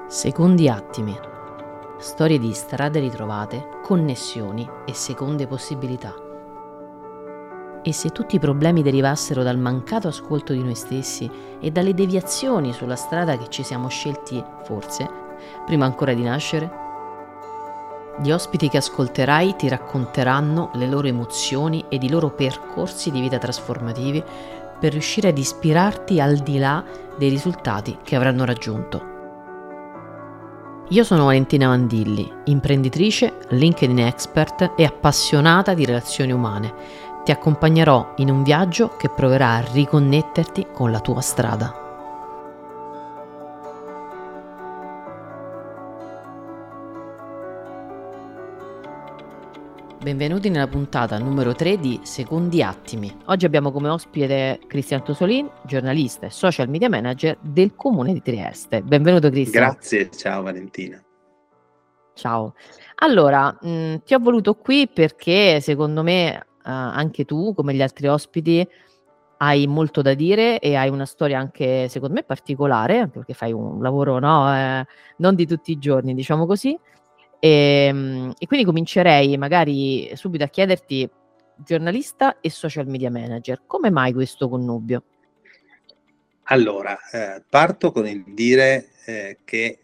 Secondi attimi. Storie di strade ritrovate, connessioni e seconde possibilità. E se tutti i problemi derivassero dal mancato ascolto di noi stessi e dalle deviazioni sulla strada che ci siamo scelti, forse, prima ancora di nascere? Gli ospiti che ascolterai ti racconteranno le loro emozioni ed i loro percorsi di vita trasformativi per riuscire ad ispirarti al di là dei risultati che avranno raggiunto. Io sono Valentina Mandilli, imprenditrice, LinkedIn expert e appassionata di relazioni umane. Ti accompagnerò in un viaggio che proverà a riconnetterti con la tua strada. Benvenuti nella puntata numero 3 di Secondi Attimi. Oggi abbiamo come ospite Cristian Tosolin, giornalista e social media manager del Comune di Trieste. Benvenuto Cristian. Grazie, ciao Valentina. Ciao. Allora, ti ho voluto qui perché secondo me anche tu, come gli altri ospiti, hai molto da dire e hai una storia anche secondo me particolare, anche perché fai un lavoro, no, non di tutti i giorni, diciamo così. E quindi comincerei magari subito a chiederti, giornalista e social media manager, come mai questo connubio? Allora, parto con il dire che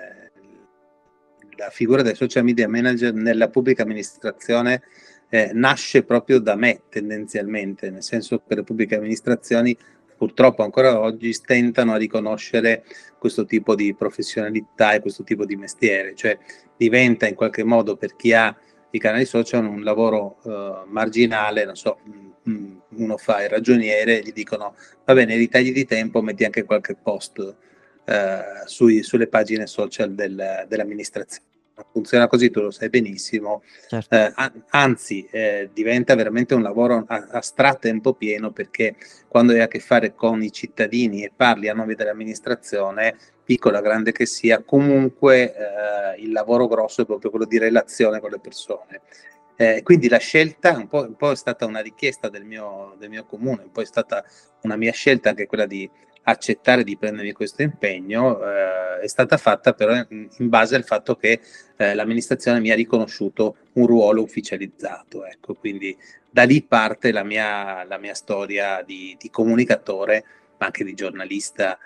la figura del social media manager nella pubblica amministrazione nasce proprio da me tendenzialmente, nel senso che le pubbliche amministrazioni purtroppo ancora oggi stentano a riconoscere questo tipo di professionalità e questo tipo di mestiere, cioè diventa in qualche modo per chi ha i canali social un lavoro marginale, non so, uno fa il ragioniere, gli dicono va bene, ritagli di tempo, metti anche qualche post sulle pagine social dell'amministrazione. Funziona così, tu lo sai benissimo, Certo. anzi diventa veramente un lavoro a stratempo pieno, perché quando hai a che fare con i cittadini e parli a nome dell'amministrazione, piccola, grande che sia, comunque il lavoro grosso è proprio quello di relazione con le persone. Quindi la scelta un po' è stata una richiesta del mio comune, un po' è stata una mia scelta anche quella di accettare di prendermi questo impegno, è stata fatta però in base al fatto che l'amministrazione mi ha riconosciuto un ruolo ufficializzato, ecco, quindi da lì parte la mia storia di comunicatore, ma anche di giornalista,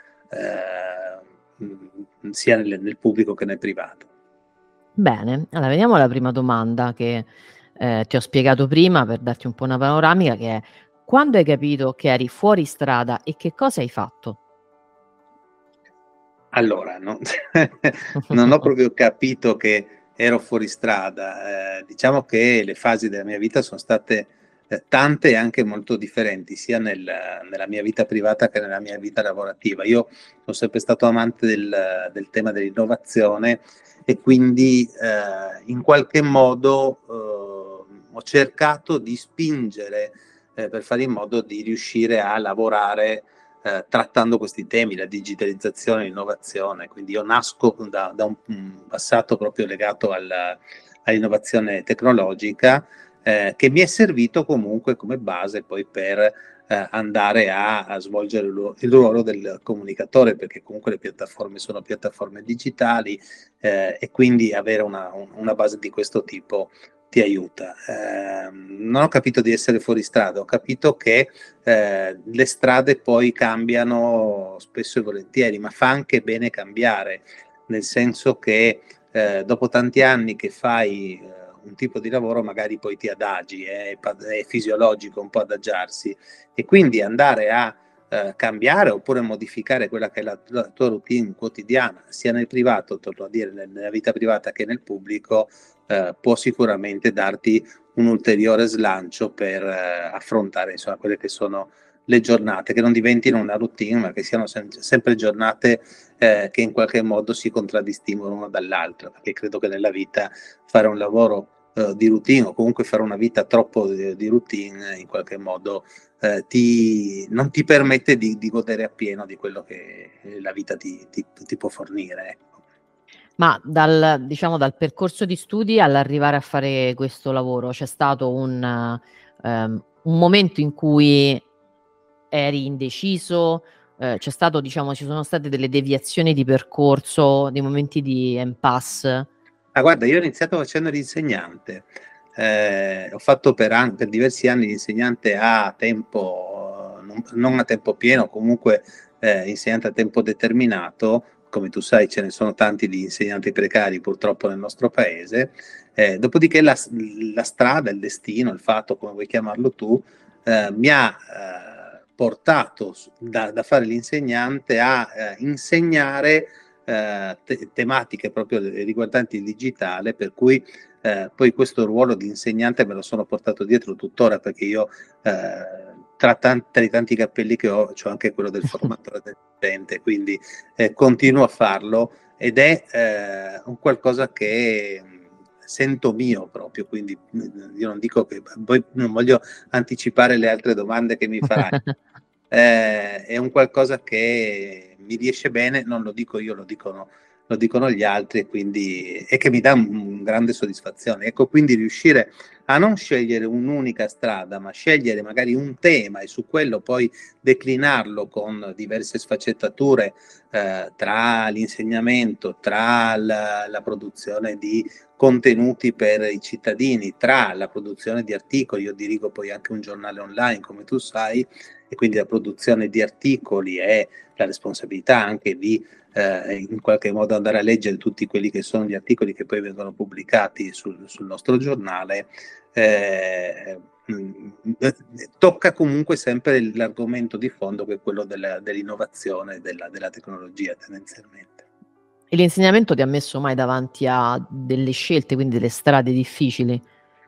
sia nel pubblico che nel privato. Bene, allora veniamo alla prima domanda che ti ho spiegato prima per darti un po' una panoramica, che è: quando hai capito che eri fuori strada e che cosa hai fatto? Allora, non ho proprio capito che ero fuori strada. Diciamo che le fasi della mia vita sono state tante e anche molto differenti, sia nella mia vita privata che nella mia vita lavorativa. Io sono sempre stato amante del tema dell'innovazione e quindi in qualche modo ho cercato di spingere per fare in modo di riuscire a lavorare trattando questi temi, la digitalizzazione, l'innovazione. Quindi io nasco da un passato proprio legato all'innovazione tecnologica, che mi è servito comunque come base poi per andare a svolgere il ruolo del comunicatore, perché comunque le piattaforme sono piattaforme digitali e quindi avere una base di questo tipo ti aiuta. Non ho capito di essere fuori strada, ho capito che le strade poi cambiano spesso e volentieri, ma fa anche bene cambiare, nel senso che dopo tanti anni che fai un tipo di lavoro magari poi ti adagi, è fisiologico un po' adagiarsi, e quindi andare a cambiare oppure modificare quella che è la tua routine quotidiana, sia nel privato, torno a dire, nella vita privata che nel pubblico, può sicuramente darti un ulteriore slancio per affrontare, insomma, quelle che sono le giornate, che non diventino una routine, ma che siano sempre giornate che in qualche modo si contraddistinguono una dall'altra, perché credo che nella vita fare un lavoro di routine, o comunque fare una vita troppo di routine, in qualche modo non ti permette di godere appieno di quello che la vita ti può fornire, ecco. Ma dal percorso di studi all'arrivare a fare questo lavoro, c'è stato un momento in cui eri indeciso, c'è stato, diciamo, ci sono state delle deviazioni di percorso, dei momenti di impasse? Ah, guarda, io ho iniziato facendo l'insegnante, ho fatto per diversi anni l'insegnante a tempo, non a tempo pieno, comunque insegnante a tempo determinato. Come tu sai, ce ne sono tanti di insegnanti precari purtroppo nel nostro paese. Dopodiché la strada, il destino, il fatto, come vuoi chiamarlo tu, mi ha portato da fare l'insegnante a insegnare tematiche proprio riguardanti il digitale, per cui poi questo ruolo di insegnante me lo sono portato dietro tuttora, perché io tra i tanti cappelli che ho anche quello del formatore del docente, quindi continuo a farlo, ed è un qualcosa che sento mio proprio, quindi io non dico che poi non voglio anticipare le altre domande che mi farai. È un qualcosa che mi riesce bene, non lo dico io, lo dicono gli altri, e che mi dà grande soddisfazione. Ecco, quindi riuscire a non scegliere un'unica strada, ma scegliere magari un tema e su quello poi declinarlo con diverse sfaccettature, tra l'insegnamento, tra la produzione di contenuti per i cittadini, tra la produzione di articoli. Io dirigo poi anche un giornale online, come tu sai, e quindi la produzione di articoli e la responsabilità anche di in qualche modo andare a leggere tutti quelli che sono gli articoli che poi vengono pubblicati sul nostro giornale, eh, tocca comunque sempre l'argomento di fondo, che è quello dell'innovazione e della tecnologia tendenzialmente. E l'insegnamento ti ha messo mai davanti a delle scelte, quindi delle strade difficili?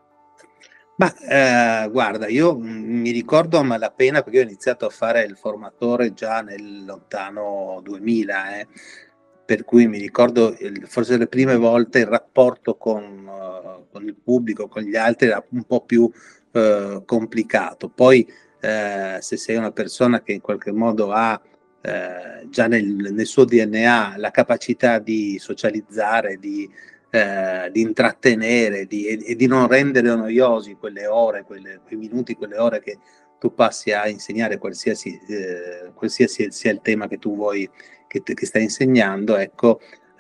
Ma guarda, io mi ricordo a malapena, perché io ho iniziato a fare il formatore già nel lontano 2000, per cui mi ricordo forse le prime volte il rapporto con il pubblico, con gli altri, era un po' più complicato. Poi se sei una persona che in qualche modo ha già nel suo DNA la capacità di socializzare, di intrattenere e di non rendere noiosi quelle ore, quei minuti, quelle ore che tu passi a insegnare, qualsiasi sia il tema che tu vuoi, che stai insegnando, ecco,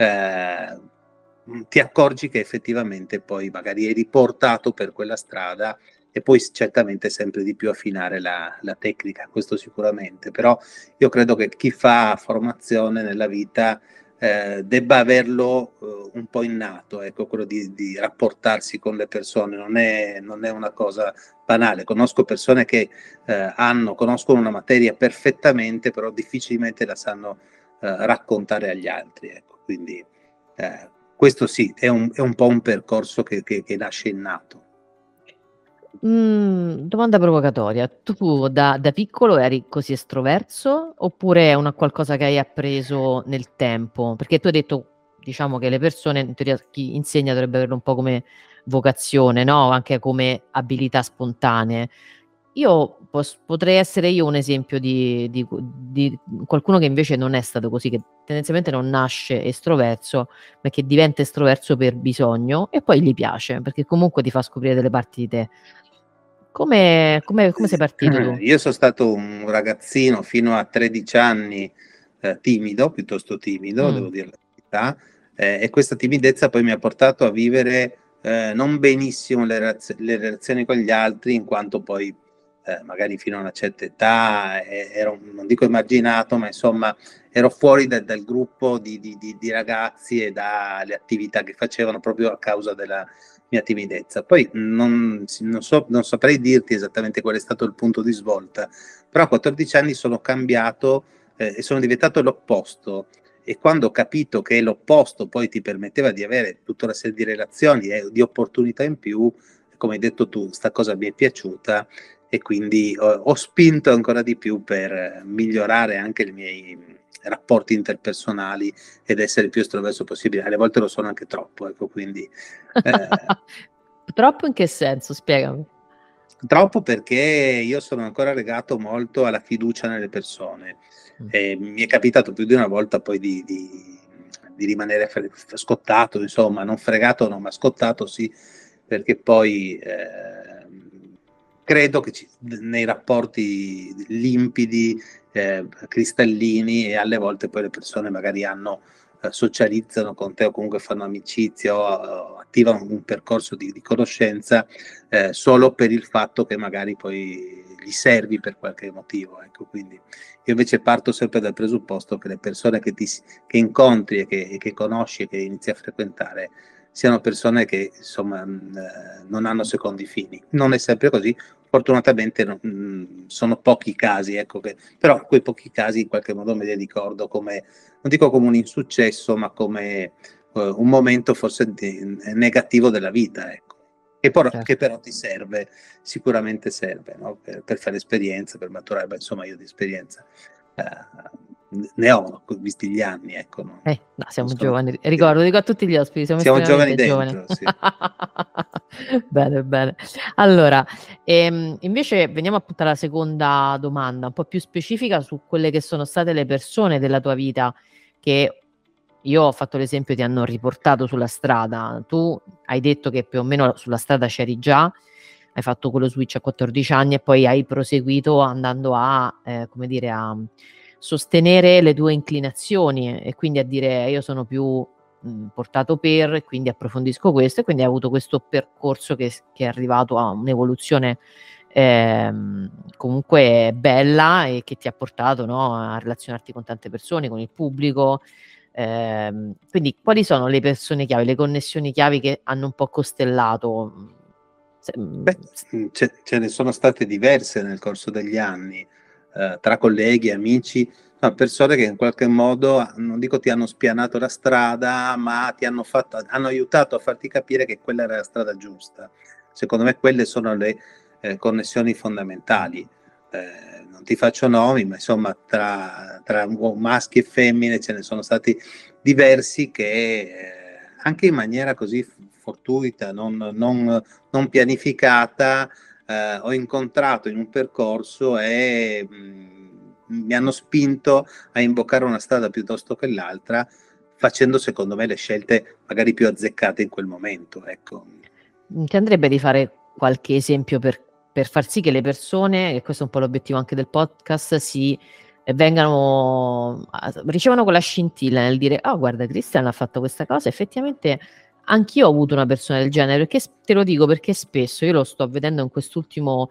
ti accorgi che effettivamente poi magari eri portato per quella strada, e poi certamente sempre di più affinare la tecnica, questo sicuramente. Però io credo che chi fa formazione nella vita debba averlo un po' innato, ecco, quello di rapportarsi con le persone. Non è una cosa banale. Conosco persone che conoscono una materia perfettamente, però difficilmente la sanno raccontare agli altri, ecco. Quindi questo sì, è un po' un percorso che nasce innato. Domanda provocatoria: tu da piccolo eri così estroverso, oppure è una qualcosa che hai appreso nel tempo? Perché tu hai detto, diciamo, che le persone, in teoria chi insegna dovrebbe averlo un po' come vocazione, no, anche come abilità spontanee. Io potrei essere io un esempio di qualcuno che invece non è stato così, che tendenzialmente non nasce estroverso, ma che diventa estroverso per bisogno e poi gli piace, perché comunque ti fa scoprire delle parti di te. Come sei partito tu? Io sono stato un ragazzino fino a 13 anni, timido, piuttosto timido, Mh. devo dire la verità, e questa timidezza poi mi ha portato a vivere non benissimo le relazioni con gli altri, in quanto poi magari fino a una certa età ero, non dico emarginato, ma insomma ero fuori dal gruppo di ragazzi e dalle attività che facevano, proprio a causa della mia timidezza. Poi non saprei dirti esattamente qual è stato il punto di svolta, però a 14 anni sono cambiato e sono diventato l'opposto. E quando ho capito che l'opposto poi ti permetteva di avere tutta una serie di relazioni e di opportunità in più, come hai detto tu, sta cosa mi è piaciuta, e quindi ho spinto ancora di più per migliorare anche i miei rapporti interpersonali ed essere il più estroverso possibile. Alle volte lo sono anche troppo, ecco, quindi Troppo in che senso? Spiegami. troppo, perché io sono ancora legato molto alla fiducia nelle persone. Mh. Mi è capitato più di una volta poi di rimanere scottato, insomma, non fregato no, ma scottato sì, perché poi credo che nei rapporti limpidi, cristallini, e alle volte poi le persone magari socializzano con te o comunque fanno amicizia o attivano un percorso di conoscenza solo per il fatto che magari poi gli servi per qualche motivo, ecco. Quindi io invece parto sempre dal presupposto che le persone che incontri e che conosci e che inizi a frequentare siano persone che insomma non hanno secondi fini. Non è sempre così, fortunatamente sono pochi casi, ecco, però quei pochi casi in qualche modo me li ricordo come, non dico come un insuccesso, ma come un momento forse negativo della vita, ecco. Che però ti serve, sicuramente serve, no? Per fare esperienza, per maturare. Beh, insomma, io di esperienza ne ho, visti gli anni, ecco. No, siamo giovani, ricordo, dico a tutti gli ospiti, siamo giovani estremamente dentro, sì. Bene, bene. Allora, invece veniamo appunto alla seconda domanda, un po' più specifica su quelle che sono state le persone della tua vita che, io ho fatto l'esempio, ti hanno riportato sulla strada. Tu hai detto che più o meno sulla strada c'eri già, hai fatto quello switch a 14 anni e poi hai proseguito andando a, come dire, a sostenere le tue inclinazioni e quindi a dire io sono più portato per, e quindi approfondisco questo, e quindi hai avuto questo percorso che è arrivato a un'evoluzione comunque bella e che ti ha portato, no, a relazionarti con tante persone, con il pubblico. Quindi quali sono le persone chiave, le connessioni chiavi che hanno un po' costellato? Beh, ce ne sono state diverse nel corso degli anni, tra colleghi, amici, persone che in qualche modo, non dico ti hanno spianato la strada, ma hanno aiutato a farti capire che quella era la strada giusta. Secondo me quelle sono le connessioni fondamentali. Non ti faccio nomi, ma insomma tra maschi e femmine ce ne sono stati diversi che anche in maniera così fortuita, non pianificata, ho incontrato in un percorso e mi hanno spinto a imboccare una strada piuttosto che l'altra, facendo secondo me le scelte magari più azzeccate in quel momento, ecco. Ti andrebbe di fare qualche esempio per far sì che le persone, e questo è un po' l'obiettivo anche del podcast, ricevano quella scintilla nel dire: "Oh, guarda, Christian ha fatto questa cosa, effettivamente anch'io ho avuto una persona del genere", perché te lo dico perché spesso io lo sto vedendo in quest'ultimo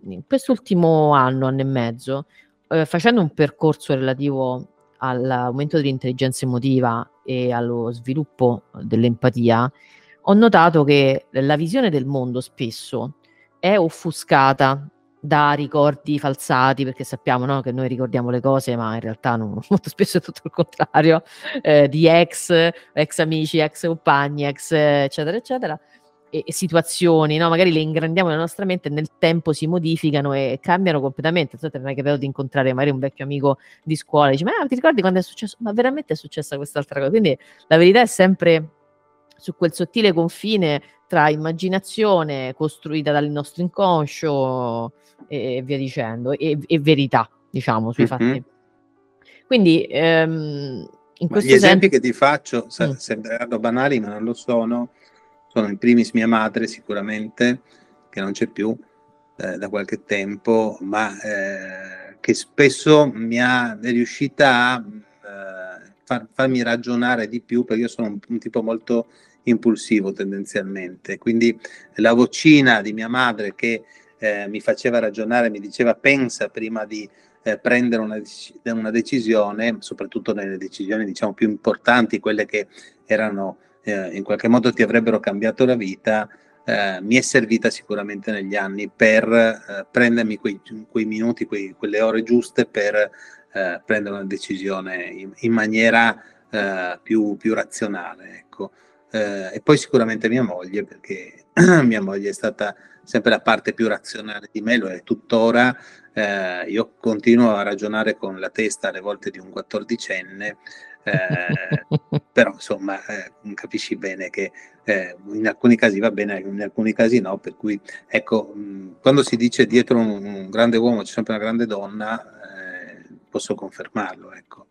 anno e mezzo, facendo un percorso relativo all'aumento dell'intelligenza emotiva e allo sviluppo dell'empatia. Ho notato che la visione del mondo spesso è offuscata da ricordi falsati, perché sappiamo, no, che noi ricordiamo le cose, ma in realtà molto spesso è tutto il contrario, di ex amici, ex compagni, eccetera, eccetera, e situazioni, no, magari le ingrandiamo nella nostra mente e nel tempo si modificano e cambiano completamente. Non so se ti è mai capitato di incontrare magari un vecchio amico di scuola e dici: "Ma ti ricordi quando è successo?" Ma veramente è successa quest'altra cosa? Quindi la verità è sempre su quel sottile confine tra immaginazione costruita dal nostro inconscio e via dicendo, e verità, diciamo, sui fatti. Quindi, in Ma gli questo esempi che ti faccio Mh. sembreranno banali, ma non lo sono. Sono in primis mia madre sicuramente, che non c'è più da qualche tempo, ma che spesso è riuscita a farmi ragionare di più, perché io sono un tipo molto impulsivo tendenzialmente. Quindi la vocina di mia madre che mi faceva ragionare, mi diceva pensa prima di prendere una decisione, soprattutto nelle decisioni diciamo più importanti, quelle che erano in qualche modo ti avrebbero cambiato la vita, mi è servita sicuramente negli anni per prendermi quei minuti, quelle ore giuste per prendere una decisione in maniera più razionale, ecco. E poi sicuramente mia moglie, perché mia moglie è stata sempre la parte più razionale di me, lo è tuttora. Io continuo a ragionare con la testa alle volte di un 14enne, però insomma capisci bene che in alcuni casi va bene, in alcuni casi no, per cui ecco, quando si dice dietro un grande uomo c'è sempre una grande donna, posso confermarlo, ecco.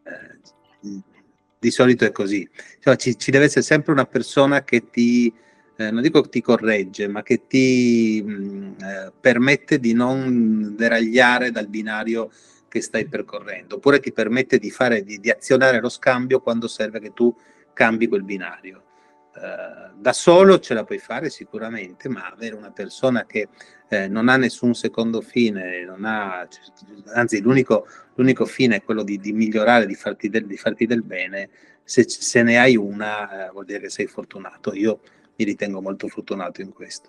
Di solito è così. Cioè, ci deve essere sempre una persona che ti non dico che ti corregge, ma che ti permette di non deragliare dal binario che stai percorrendo, oppure ti permette di azionare lo scambio quando serve che tu cambi quel binario. Da solo ce la puoi fare sicuramente, ma avere una persona che non ha nessun secondo fine, anzi l'unico fine è quello di migliorare, di farti del bene. Se ne hai una, vuol dire che sei fortunato. Io mi ritengo molto fortunato in questo.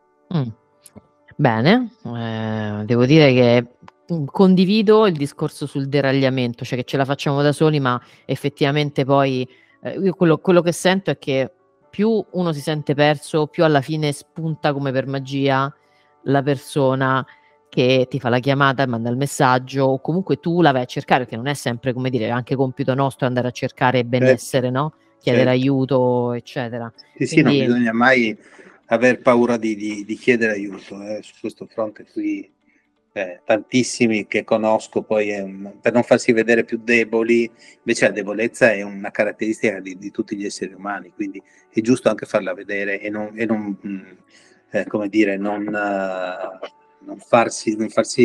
Bene, devo dire che condivido il discorso sul deragliamento, cioè che ce la facciamo da soli, ma effettivamente poi io quello che sento è che più uno si sente perso, più alla fine spunta come per magia la persona che ti fa la chiamata e manda il messaggio, o comunque tu la vai a cercare, perché non è sempre, come dire, anche compito nostro andare a cercare benessere, no? Chiedere aiuto, eccetera. Sì, non Quindi bisogna mai aver paura di chiedere aiuto, su questo fronte qui. Tantissimi che conosco poi per non farsi vedere più deboli, invece la debolezza è una caratteristica di tutti gli esseri umani, quindi è giusto anche farla vedere e non come dire, non farsi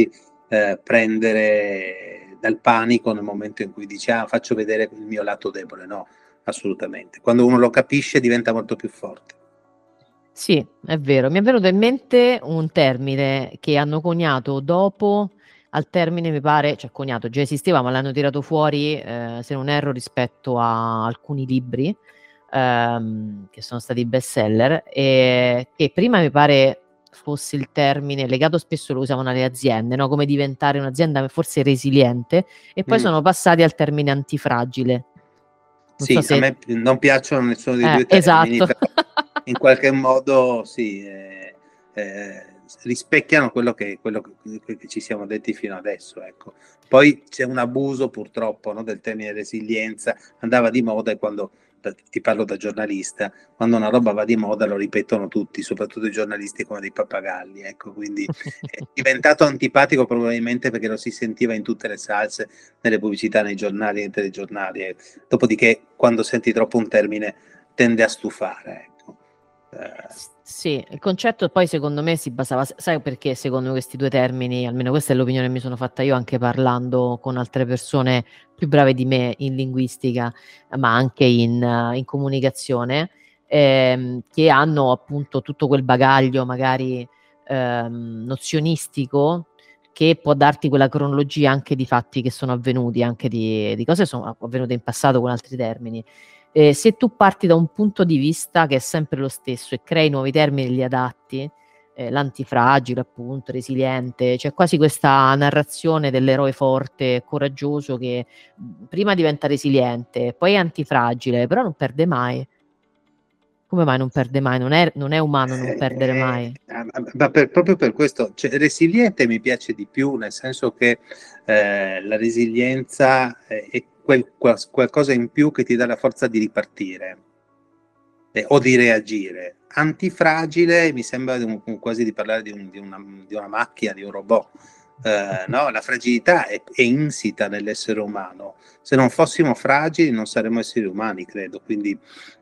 prendere dal panico nel momento in cui dici faccio vedere il mio lato debole. No, assolutamente. Quando uno lo capisce diventa molto più forte. Sì, è vero. Mi è venuto in mente un termine che hanno coniato dopo, al termine mi pare, cioè coniato, già esisteva, ma l'hanno tirato fuori, se non erro, rispetto a alcuni libri che sono stati bestseller, e che prima mi pare fosse il termine legato, spesso lo usavano le aziende, no? Come diventare un'azienda forse resiliente, e poi sono passati al termine antifragile. Non so Sì, se... a me non piacciono nessuno dei due termini, esatto. però in qualche modo sì, rispecchiano quello che ci siamo detti fino adesso. Ecco. Poi c'è un abuso purtroppo, no, del termine resilienza, andava di moda e quando, ti parlo da giornalista, quando una roba va di moda lo ripetono tutti, soprattutto i giornalisti come dei pappagalli. Ecco. Quindi è diventato antipatico probabilmente perché lo si sentiva in tutte le salse, nelle pubblicità, nei giornali, nei telegiornali. Dopodiché quando senti troppo un termine tende a stufare. Ecco. Sì, il concetto poi secondo me si basava, sai perché secondo questi due termini, almeno questa è l'opinione che mi sono fatta io anche parlando con altre persone più brave di me in linguistica, ma anche in comunicazione, che hanno appunto tutto quel bagaglio magari nozionistico, che può darti quella cronologia anche di fatti che sono avvenuti, anche di cose che sono avvenute in passato con altri termini. Se tu parti da un punto di vista che è sempre lo stesso e crei nuovi termini e li adatti, l'antifragile appunto, resiliente, c'è quasi questa narrazione dell'eroe forte e coraggioso che prima diventa resiliente, poi è antifragile, però non perde mai. Come mai non perde mai? Non è umano non perdere mai. Ma proprio per questo, cioè, resiliente mi piace di più, nel senso che la resilienza è qualcosa in più che ti dà la forza di ripartire o di reagire. Antifragile mi sembra quasi di parlare di una macchina, di un robot. No, la fragilità è insita nell'essere umano. Se non fossimo fragili non saremmo esseri umani, credo. Quindi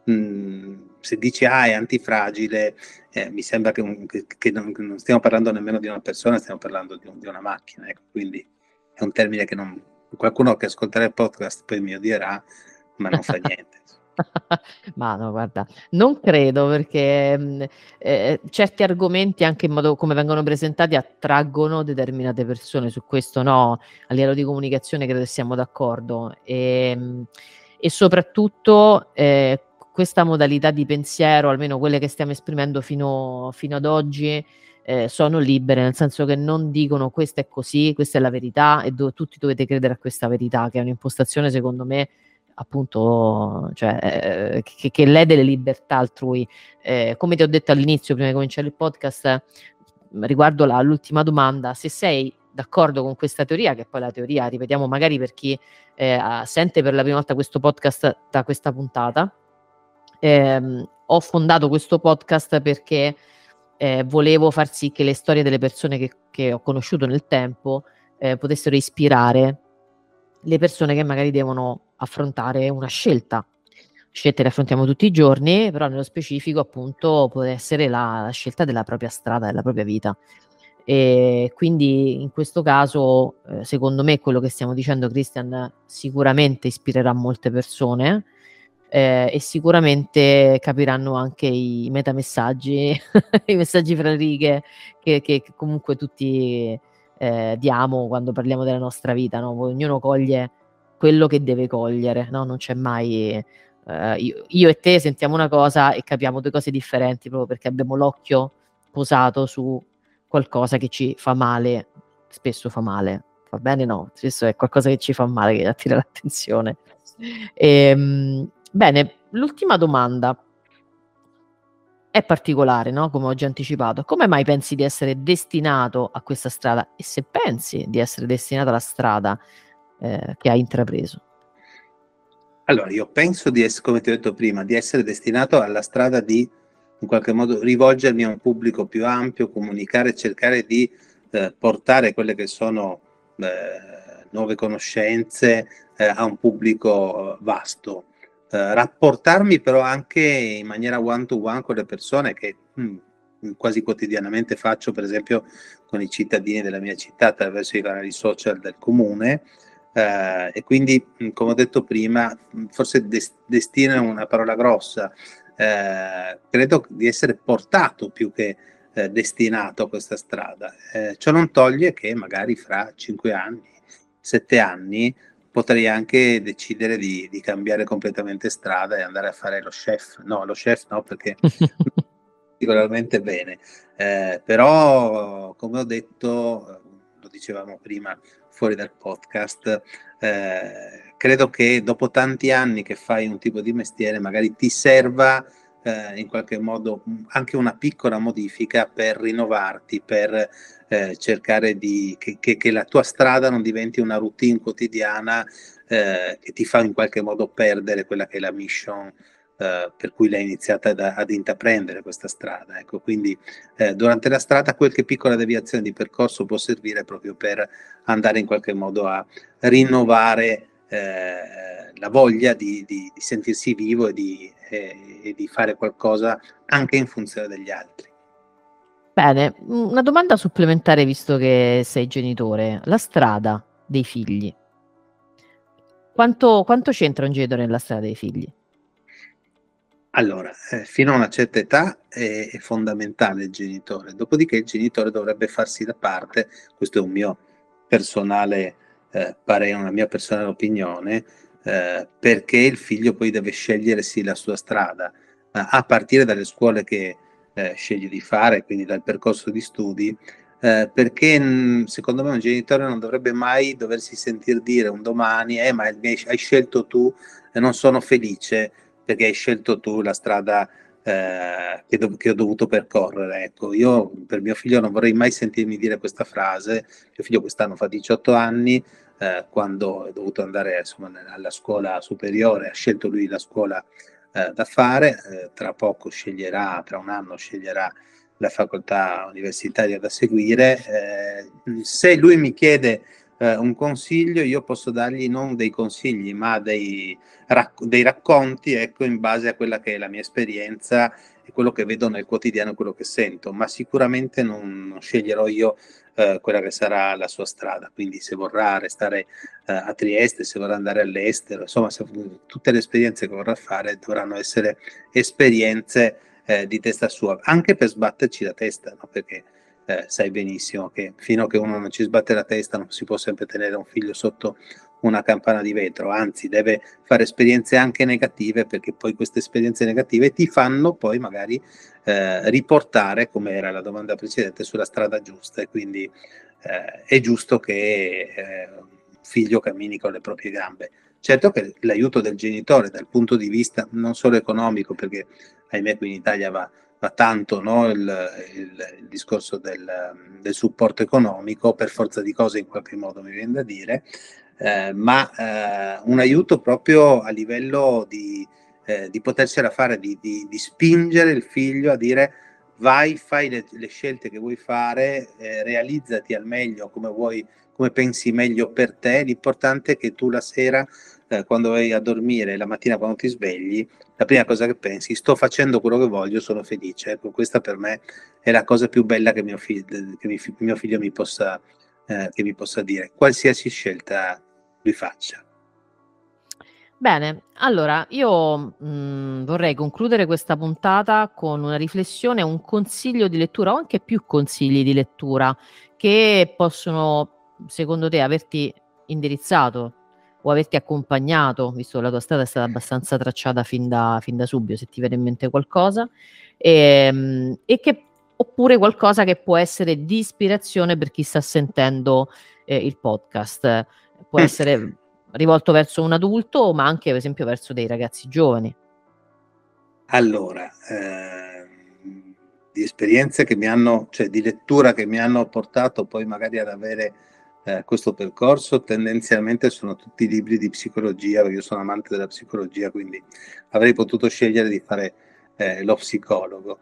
se dici è antifragile, mi sembra che non stiamo parlando nemmeno di una persona, stiamo parlando di una macchina. Ecco. Quindi è un termine che qualcuno che ascolterà il podcast poi mi odierà, ma non fa niente. Ma no, guarda, non credo perché, certi argomenti, anche in modo come vengono presentati, attraggono determinate persone. Su questo no, a livello di comunicazione credo che siamo d'accordo. E soprattutto, questa modalità di pensiero, almeno quelle che stiamo esprimendo fino ad oggi, sono libere, nel senso che non dicono: "Questo è così, questa è la verità e tutti dovete credere a questa verità", che è un'impostazione secondo me appunto, cioè, che lede le libertà altrui. Come ti ho detto all'inizio, prima di cominciare il podcast, riguardo l'ultima domanda, se sei d'accordo con questa teoria, che poi la teoria, ripetiamo magari per chi sente per la prima volta questo podcast da questa puntata, ho fondato questo podcast perché volevo far sì che le storie delle persone che ho conosciuto nel tempo potessero ispirare le persone che magari devono affrontare una scelta. scelte le affrontiamo tutti i giorni, però nello specifico appunto può essere la scelta della propria strada, della propria vita. Quindi in questo caso, secondo me quello che stiamo dicendo, Christian, sicuramente ispirerà molte persone, e sicuramente capiranno anche i metamessaggi, i messaggi fra righe che comunque tutti, diamo quando parliamo della nostra vita, no, ognuno coglie quello che deve cogliere, no, non c'è mai io e te sentiamo una cosa e capiamo 2 cose differenti proprio perché abbiamo l'occhio posato su qualcosa che ci fa male, spesso fa male. Fa bene no, spesso è qualcosa che ci fa male che attira l'attenzione. Bene, l'ultima domanda è particolare, no, come ho già anticipato. Come mai pensi di essere destinato a questa strada? E se pensi di essere destinato alla strada, che hai intrapreso? Allora, io penso come ti ho detto prima, di essere destinato alla strada di, in qualche modo, rivolgermi a un pubblico più ampio, comunicare, cercare di portare quelle che sono nuove conoscenze a un pubblico vasto. Rapportarmi però anche in maniera one to one con le persone che quasi quotidianamente faccio, per esempio con i cittadini della mia città attraverso i canali social del comune. E quindi, come ho detto prima, forse destino è una parola grossa, credo di essere portato più che destinato a questa strada. Ciò non toglie che magari fra 5 anni, 7 anni, potrei anche decidere di cambiare completamente strada e andare a fare lo chef. No, lo chef no, perché particolarmente bene. Però, come ho detto, lo dicevamo prima fuori dal podcast, credo che dopo tanti anni che fai un tipo di mestiere, magari ti serva in qualche modo anche una piccola modifica per rinnovarti, per cercare che la tua strada non diventi una routine quotidiana che ti fa in qualche modo perdere quella che è la mission per cui l'hai iniziata ad intraprendere questa strada. Ecco, quindi durante la strada qualche piccola deviazione di percorso può servire proprio per andare in qualche modo a rinnovare la voglia di sentirsi vivo e di fare qualcosa anche in funzione degli altri. Bene, una domanda supplementare visto che sei genitore. La strada dei figli. Quanto c'entra un genitore nella strada dei figli? Allora, fino a una certa età è fondamentale il genitore, dopodiché il genitore dovrebbe farsi da parte, questo è un mio personale parere, una mia personale opinione, perché il figlio poi deve scegliersi la sua strada, a partire dalle scuole che sceglie di fare, quindi dal percorso di studi, perché secondo me un genitore non dovrebbe mai doversi sentir dire un domani, ma hai scelto tu e non sono felice perché hai scelto tu la strada che ho dovuto percorrere. Ecco, io per mio figlio non vorrei mai sentirmi dire questa frase. Mio figlio quest'anno fa 18 anni, quando è dovuto andare insomma, alla scuola superiore, ha scelto lui la scuola da fare, tra poco sceglierà, tra un anno sceglierà la facoltà universitaria da seguire. Se lui mi chiede un consiglio, io posso dargli non dei consigli, ma dei racconti, ecco, in base a quella che è la mia esperienza e quello che vedo nel quotidiano, quello che sento, ma sicuramente non sceglierò io quella che sarà la sua strada. Quindi se vorrà restare a Trieste, se vorrà andare all'estero, insomma, tutte le esperienze che vorrà fare dovranno essere esperienze di testa sua, anche per sbatterci la testa, no? Perché sai benissimo che fino a che uno non ci sbatte la testa non si può sempre tenere un figlio sotto una campana di vetro, anzi deve fare esperienze anche negative, perché poi queste esperienze negative ti fanno poi magari riportare, come era la domanda precedente, sulla strada giusta, e quindi è giusto che un figlio cammini con le proprie gambe. Certo che l'aiuto del genitore dal punto di vista non solo economico, perché ahimè qui in Italia va tanto, no, il discorso del supporto economico, per forza di cose in qualche modo mi viene da dire, ma un aiuto proprio a livello di potersela fare, di spingere il figlio a dire vai, fai le scelte che vuoi fare, realizzati al meglio come vuoi, come pensi meglio per te, l'importante è che tu la sera quando vai a dormire, la mattina quando ti svegli, la prima cosa che pensi: sto facendo quello che voglio, sono felice. Ecco, questa per me è la cosa più bella che mio figlio mi possa dire, qualsiasi scelta lui faccia. Bene, allora io vorrei concludere questa puntata con una riflessione, un consiglio di lettura o anche più consigli di lettura che possono, secondo te, averti indirizzato o averti accompagnato, visto che la tua strada è stata abbastanza tracciata fin da subito, se ti viene in mente qualcosa, e che oppure qualcosa che può essere di ispirazione per chi sta sentendo il podcast. Può essere rivolto verso un adulto, ma anche per esempio verso dei ragazzi giovani. Allora, di esperienze che mi hanno, cioè di lettura che mi hanno portato poi magari ad avere questo percorso, tendenzialmente sono tutti libri di psicologia, perché io sono amante della psicologia, quindi avrei potuto scegliere di fare lo psicologo.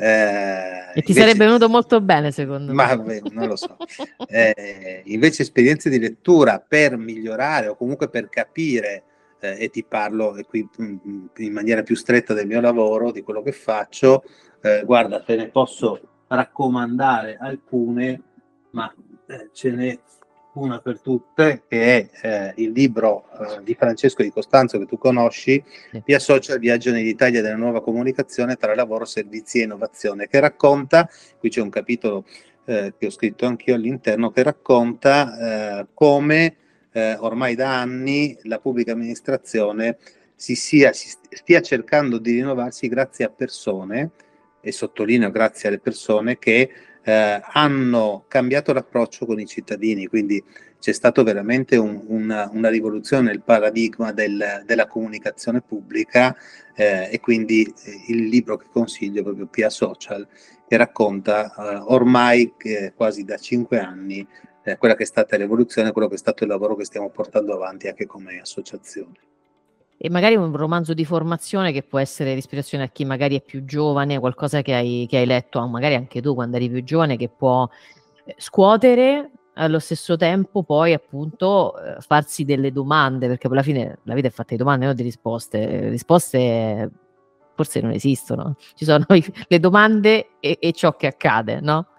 E ti sarebbe venuto molto bene, secondo me. Ma non lo so. Invece esperienze di lettura per migliorare o comunque per capire, e ti parlo e qui in maniera più stretta del mio lavoro, di quello che faccio, guarda, te ne posso raccomandare alcune, ma ce n'è una per tutte, che è il libro di Francesco Di Costanzo, che tu conosci, Sì. Via Social, viaggio nell'Italia della nuova comunicazione tra lavoro, servizi e innovazione, che racconta, qui c'è un capitolo che ho scritto anch'io all'interno, che racconta come ormai da anni la pubblica amministrazione si stia cercando di rinnovarsi grazie a persone, e sottolineo grazie alle persone che hanno cambiato l'approccio con i cittadini, quindi c'è stato veramente una rivoluzione nel paradigma della comunicazione pubblica, e quindi il libro che consiglio è proprio Via Social, che racconta ormai quasi da 5 anni quella che è stata l'evoluzione, quello che è stato il lavoro che stiamo portando avanti anche come associazione. E magari un romanzo di formazione che può essere di ispirazione a chi magari è più giovane, qualcosa che hai letto, magari anche tu quando eri più giovane, che può scuotere, allo stesso tempo poi appunto farsi delle domande, perché poi alla fine la vita è fatta di domande, non di risposte. Risposte forse non esistono, ci sono le domande e ciò che accade, no?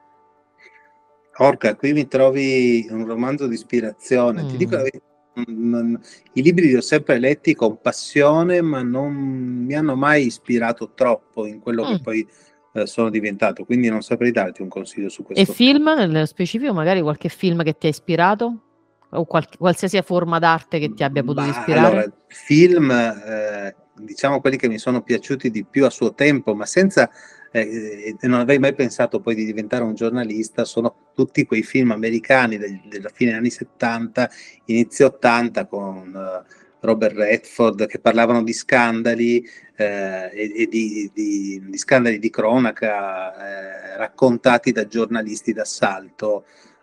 Orca, qui mi trovi un romanzo di ispirazione. Ti dico la verità, i libri li ho sempre letti con passione, ma non mi hanno mai ispirato troppo in quello che poi sono diventato, quindi non saprei darti un consiglio su E questo. film, nello specifico, magari qualche film che ti ha ispirato? O qualsiasi forma d'arte che ti abbia potuto ispirare? Allora, film, diciamo quelli che mi sono piaciuti di più a suo tempo, ma senza non avrei mai pensato poi di diventare un giornalista, sono tutti quei film americani della fine anni 70, inizio 80, con Robert Redford, che parlavano di scandali e di scandali di cronaca raccontati da giornalisti d'assalto.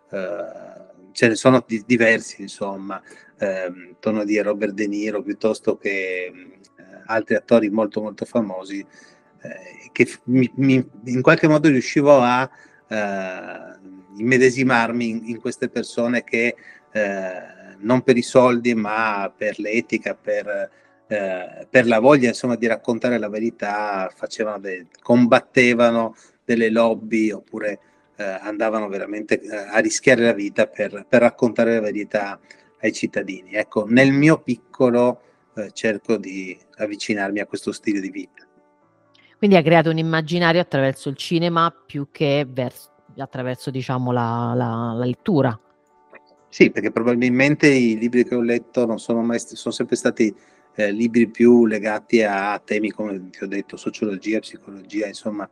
Ce ne sono diversi, insomma, torno a dire Robert De Niro, piuttosto che altri attori molto molto famosi, che in qualche modo riuscivo a immedesimarmi in queste persone che non per i soldi, ma per l'etica, per la voglia, insomma, di raccontare la verità, combattevano delle lobby, oppure andavano veramente a rischiare la vita per raccontare la verità ai cittadini. Ecco, nel mio piccolo cerco di avvicinarmi a questo stile di vita. Quindi hai creato un immaginario attraverso il cinema più che attraverso, diciamo, la lettura. Sì, perché probabilmente i libri che ho letto non sono mai sono sempre stati libri più legati a temi, come ti ho detto, sociologia, psicologia, insomma,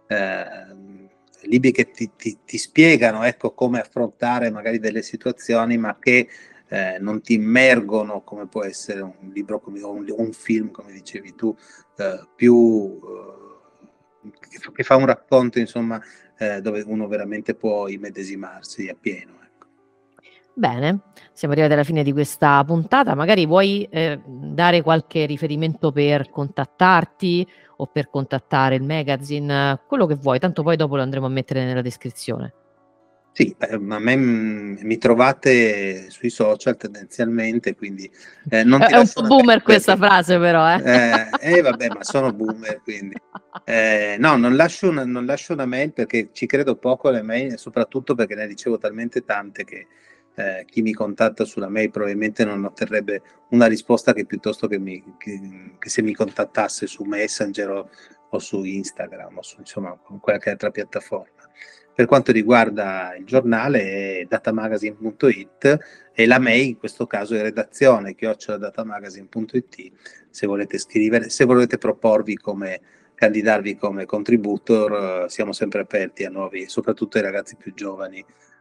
libri che ti spiegano, ecco, come affrontare magari delle situazioni, ma che non ti immergono, come può essere un libro o un film, come dicevi tu, più che fa un racconto, insomma, dove uno veramente può immedesimarsi appieno. Bene, siamo arrivati alla fine di questa puntata. Magari vuoi dare qualche riferimento per contattarti o per contattare il magazine, quello che vuoi, tanto poi dopo lo andremo a mettere nella descrizione. Sì, a me mi trovate sui social tendenzialmente, quindi non ti È un lascio po' una mail boomer questa perché frase però, eh. vabbè, ma sono boomer, quindi no, non lascio una mail perché ci credo poco alle mail e soprattutto perché ne ricevo talmente tante che chi mi contatta sulla mail probabilmente non otterrebbe una risposta che piuttosto che se mi contattasse su Messenger o su Instagram o su insomma con qualche altra piattaforma. Per quanto riguarda il giornale è datamagazine.it e la mail in questo caso è redazione@datamagazine.it se volete scrivere, se volete proporvi come candidarvi come contributor, siamo sempre aperti a nuovi, soprattutto ai ragazzi più giovani,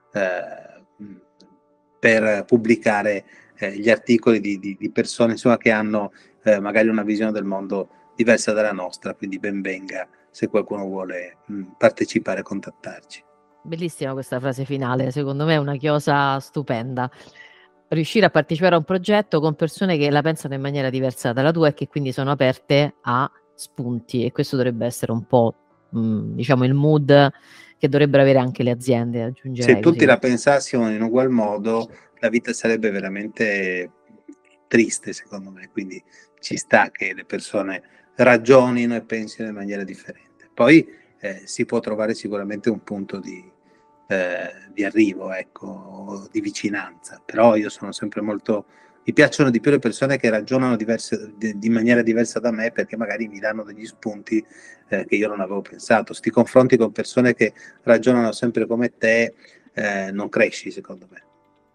per pubblicare gli articoli di persone insomma, che hanno magari una visione del mondo diversa dalla nostra, quindi ben venga se qualcuno vuole partecipare e contattarci. Bellissima questa frase finale, secondo me è una chiosa stupenda. Riuscire a partecipare a un progetto con persone che la pensano in maniera diversa dalla tua e che quindi sono aperte a spunti e questo dovrebbe essere un po', diciamo il mood che dovrebbero avere anche le aziende, Se aggiungerei tutti così. la pensassimo in ugual modo, la vita sarebbe veramente triste, secondo me. Quindi ci sta che le persone ragionino e pensino in maniera differente. Poi si può trovare sicuramente un punto di arrivo, ecco, di vicinanza. Però io sono sempre molto. Mi piacciono di più le persone che ragionano di maniera diversa da me perché magari mi danno degli spunti che io non avevo pensato. Sti confronti con persone che ragionano sempre come te, non cresci secondo me.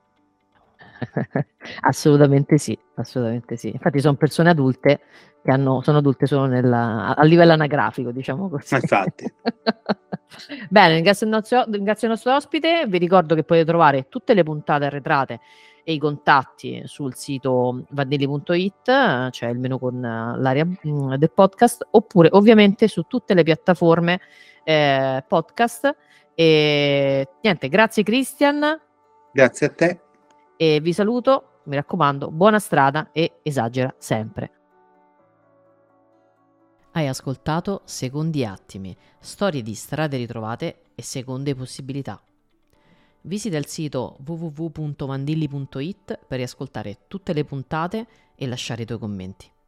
Assolutamente sì, assolutamente sì. Infatti son persone adulte che sono adulte solo a livello anagrafico, diciamo così. Ma infatti, Bene, ringrazio il nostro ospite, vi ricordo che potete trovare tutte le puntate arretrate e i contatti sul sito vandelli.it, c'è il menu con l'area, del podcast, oppure ovviamente su tutte le piattaforme, podcast. Niente, grazie Christian. grazie a te. E vi saluto, mi raccomando, buona strada e esagera sempre. Hai ascoltato Secondi attimi, storie di strade ritrovate e seconde possibilità. Visita il sito www.mandilli.it per riascoltare tutte le puntate e lasciare i tuoi commenti.